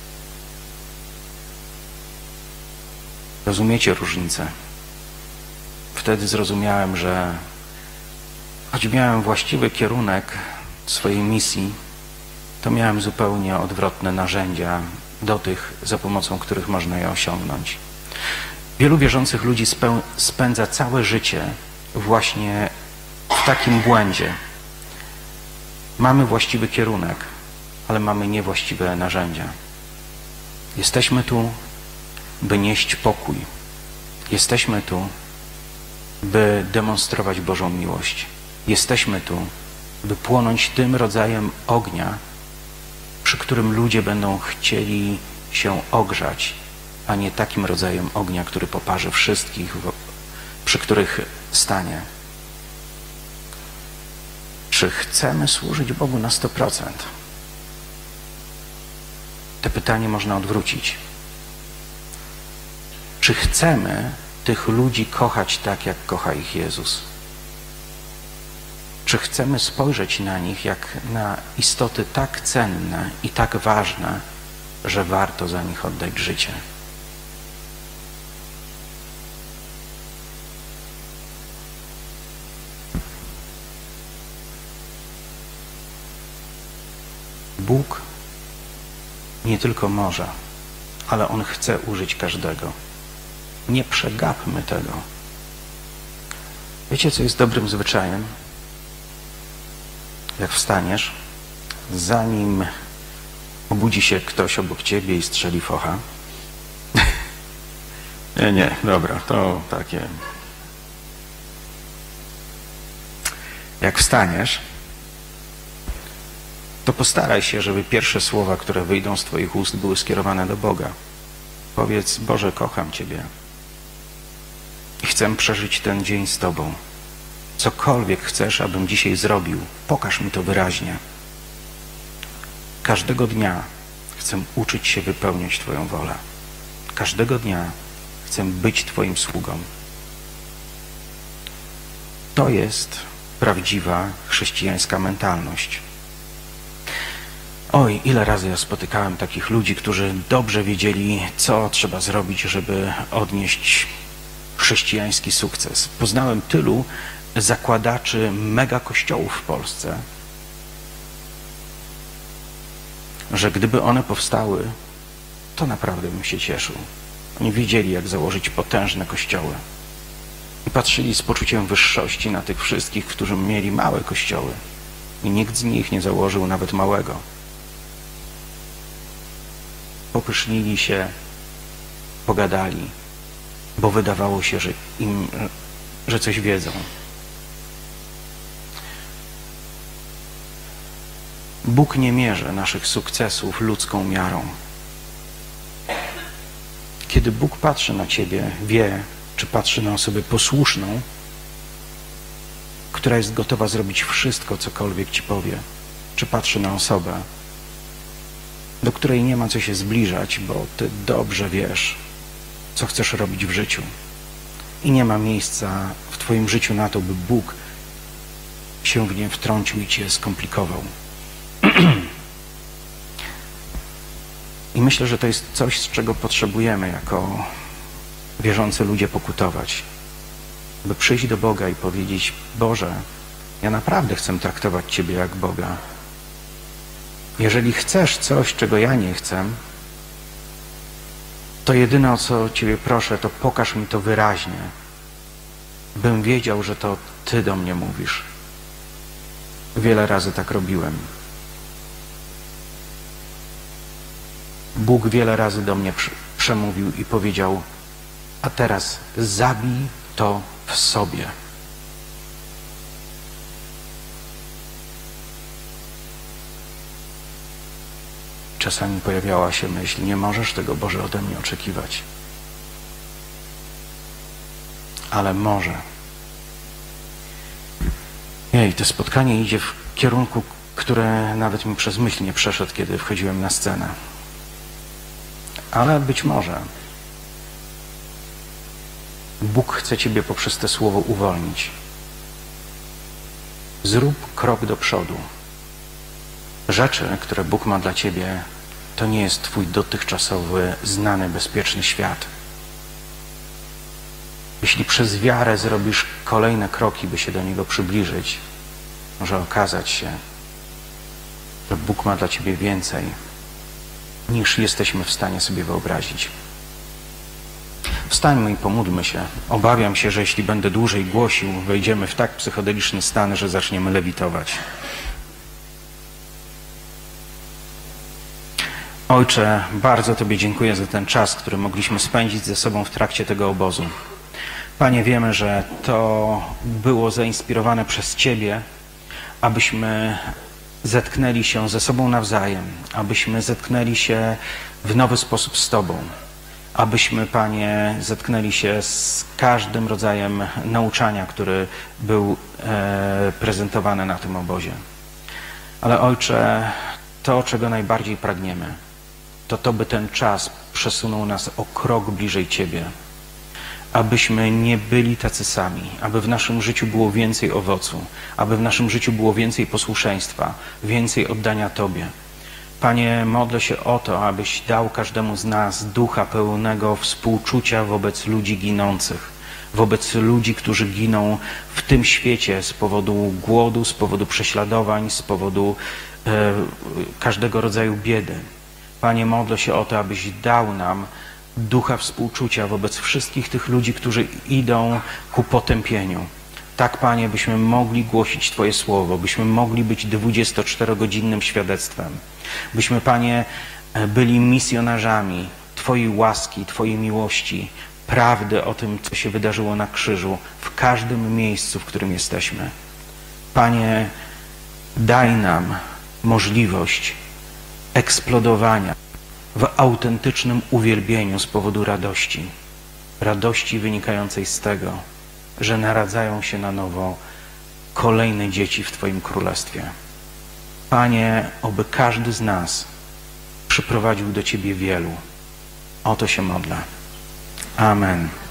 Rozumiecie różnicę? Wtedy zrozumiałem, że choć miałem właściwy kierunek swojej misji, to miałem zupełnie odwrotne narzędzia do tych, za pomocą których można je osiągnąć. Wielu wierzących ludzi spędza całe życie właśnie w takim błędzie. Mamy właściwy kierunek, ale mamy niewłaściwe narzędzia. Jesteśmy tu, by nieść pokój. Jesteśmy tu, by demonstrować Bożą miłość. Jesteśmy tu, by płonąć tym rodzajem ognia, przy którym ludzie będą chcieli się ogrzać, a nie takim rodzajem ognia, który poparzy wszystkich, przy których stanie. Czy chcemy służyć Bogu na 100%? To pytanie można odwrócić. Czy chcemy tych ludzi kochać tak, jak kocha ich Jezus? Czy chcemy spojrzeć na nich jak na istoty tak cenne i tak ważne, że warto za nich oddać życie? Bóg nie tylko może, ale On chce użyć każdego. Nie przegapmy tego. Wiecie, co jest dobrym zwyczajem? Jak wstaniesz, zanim obudzi się ktoś obok ciebie i strzeli focha. Nie, dobra, to takie. Jak wstaniesz, to postaraj się, żeby pierwsze słowa, które wyjdą z twoich ust, były skierowane do Boga. Powiedz, Boże, kocham Ciebie i chcę przeżyć ten dzień z Tobą. Cokolwiek chcesz, abym dzisiaj zrobił, pokaż mi to wyraźnie. Każdego dnia chcę uczyć się wypełniać Twoją wolę. Każdego dnia chcę być Twoim sługą. To jest prawdziwa chrześcijańska mentalność. Oj, ile razy ja spotykałem takich ludzi, którzy dobrze wiedzieli, co trzeba zrobić, żeby odnieść chrześcijański sukces. Poznałem tylu zakładaczy mega kościołów w Polsce, że gdyby one powstały, to naprawdę bym się cieszył. Oni wiedzieli, jak założyć potężne kościoły i patrzyli z poczuciem wyższości na tych wszystkich, którzy mieli małe kościoły i nikt z nich nie założył nawet małego. Popysznili się, pogadali, bo wydawało się, że coś wiedzą. Bóg nie mierzy naszych sukcesów ludzką miarą. Kiedy Bóg patrzy na ciebie, wie, czy patrzy na osobę posłuszną, która jest gotowa zrobić wszystko, cokolwiek ci powie, czy patrzy na osobę, do której nie ma co się zbliżać, bo ty dobrze wiesz, co chcesz robić w życiu. I nie ma miejsca w twoim życiu na to, by Bóg się w nie wtrącił i cię skomplikował. I myślę, że to jest coś, z czego potrzebujemy jako wierzący ludzie pokutować. By przyjść do Boga i powiedzieć, Boże, ja naprawdę chcę traktować Ciebie jak Boga. Jeżeli chcesz coś, czego ja nie chcę, to jedyne, o co Ciebie proszę, to pokaż mi to wyraźnie, bym wiedział, że to Ty do mnie mówisz. Wiele razy tak robiłem. Bóg wiele razy do mnie przemówił i powiedział: a teraz zabij to w sobie. Czasami pojawiała się myśl: nie możesz tego, Boże, ode mnie oczekiwać. Ale może. To spotkanie idzie w kierunku, który nawet mi przez myśl nie przeszedł, kiedy wchodziłem na scenę. Ale być może Bóg chce Ciebie poprzez to słowo uwolnić. Zrób krok do przodu. Rzeczy, które Bóg ma dla Ciebie, to nie jest Twój dotychczasowy, znany, bezpieczny świat. Jeśli przez wiarę zrobisz kolejne kroki, by się do Niego przybliżyć, może okazać się, że Bóg ma dla Ciebie więcej, niż jesteśmy w stanie sobie wyobrazić. Wstańmy i pomódlmy się. Obawiam się, że jeśli będę dłużej głosił, wejdziemy w tak psychodeliczny stan, że zaczniemy lewitować. Ojcze, bardzo Tobie dziękuję za ten czas, który mogliśmy spędzić ze sobą w trakcie tego obozu. Panie, wiemy, że to było zainspirowane przez Ciebie, abyśmy zetknęli się ze sobą nawzajem, abyśmy zetknęli się w nowy sposób z Tobą, abyśmy, Panie, zetknęli się z każdym rodzajem nauczania, który był prezentowany na tym obozie. Ale Ojcze, to, czego najbardziej pragniemy, to by ten czas przesunął nas o krok bliżej Ciebie, abyśmy nie byli tacy sami, aby w naszym życiu było więcej owocu, aby w naszym życiu było więcej posłuszeństwa, więcej oddania Tobie. Panie, modlę się o to, abyś dał każdemu z nas ducha pełnego współczucia wobec ludzi ginących, wobec ludzi, którzy giną w tym świecie z powodu głodu, z powodu prześladowań, z powodu każdego rodzaju biedy. Panie, modlę się o to, abyś dał nam ducha współczucia wobec wszystkich tych ludzi, którzy idą ku potępieniu. Tak, Panie, byśmy mogli głosić Twoje słowo, byśmy mogli być 24-godzinnym świadectwem. Byśmy, Panie, byli misjonarzami Twojej łaski, Twojej miłości, prawdy o tym, co się wydarzyło na krzyżu, w każdym miejscu, w którym jesteśmy. Panie, daj nam możliwość eksplodowania w autentycznym uwielbieniu z powodu radości. Radości wynikającej z tego, że naradzają się na nowo kolejne dzieci w Twoim Królestwie. Panie, oby każdy z nas przyprowadził do Ciebie wielu. O to się modlę. Amen.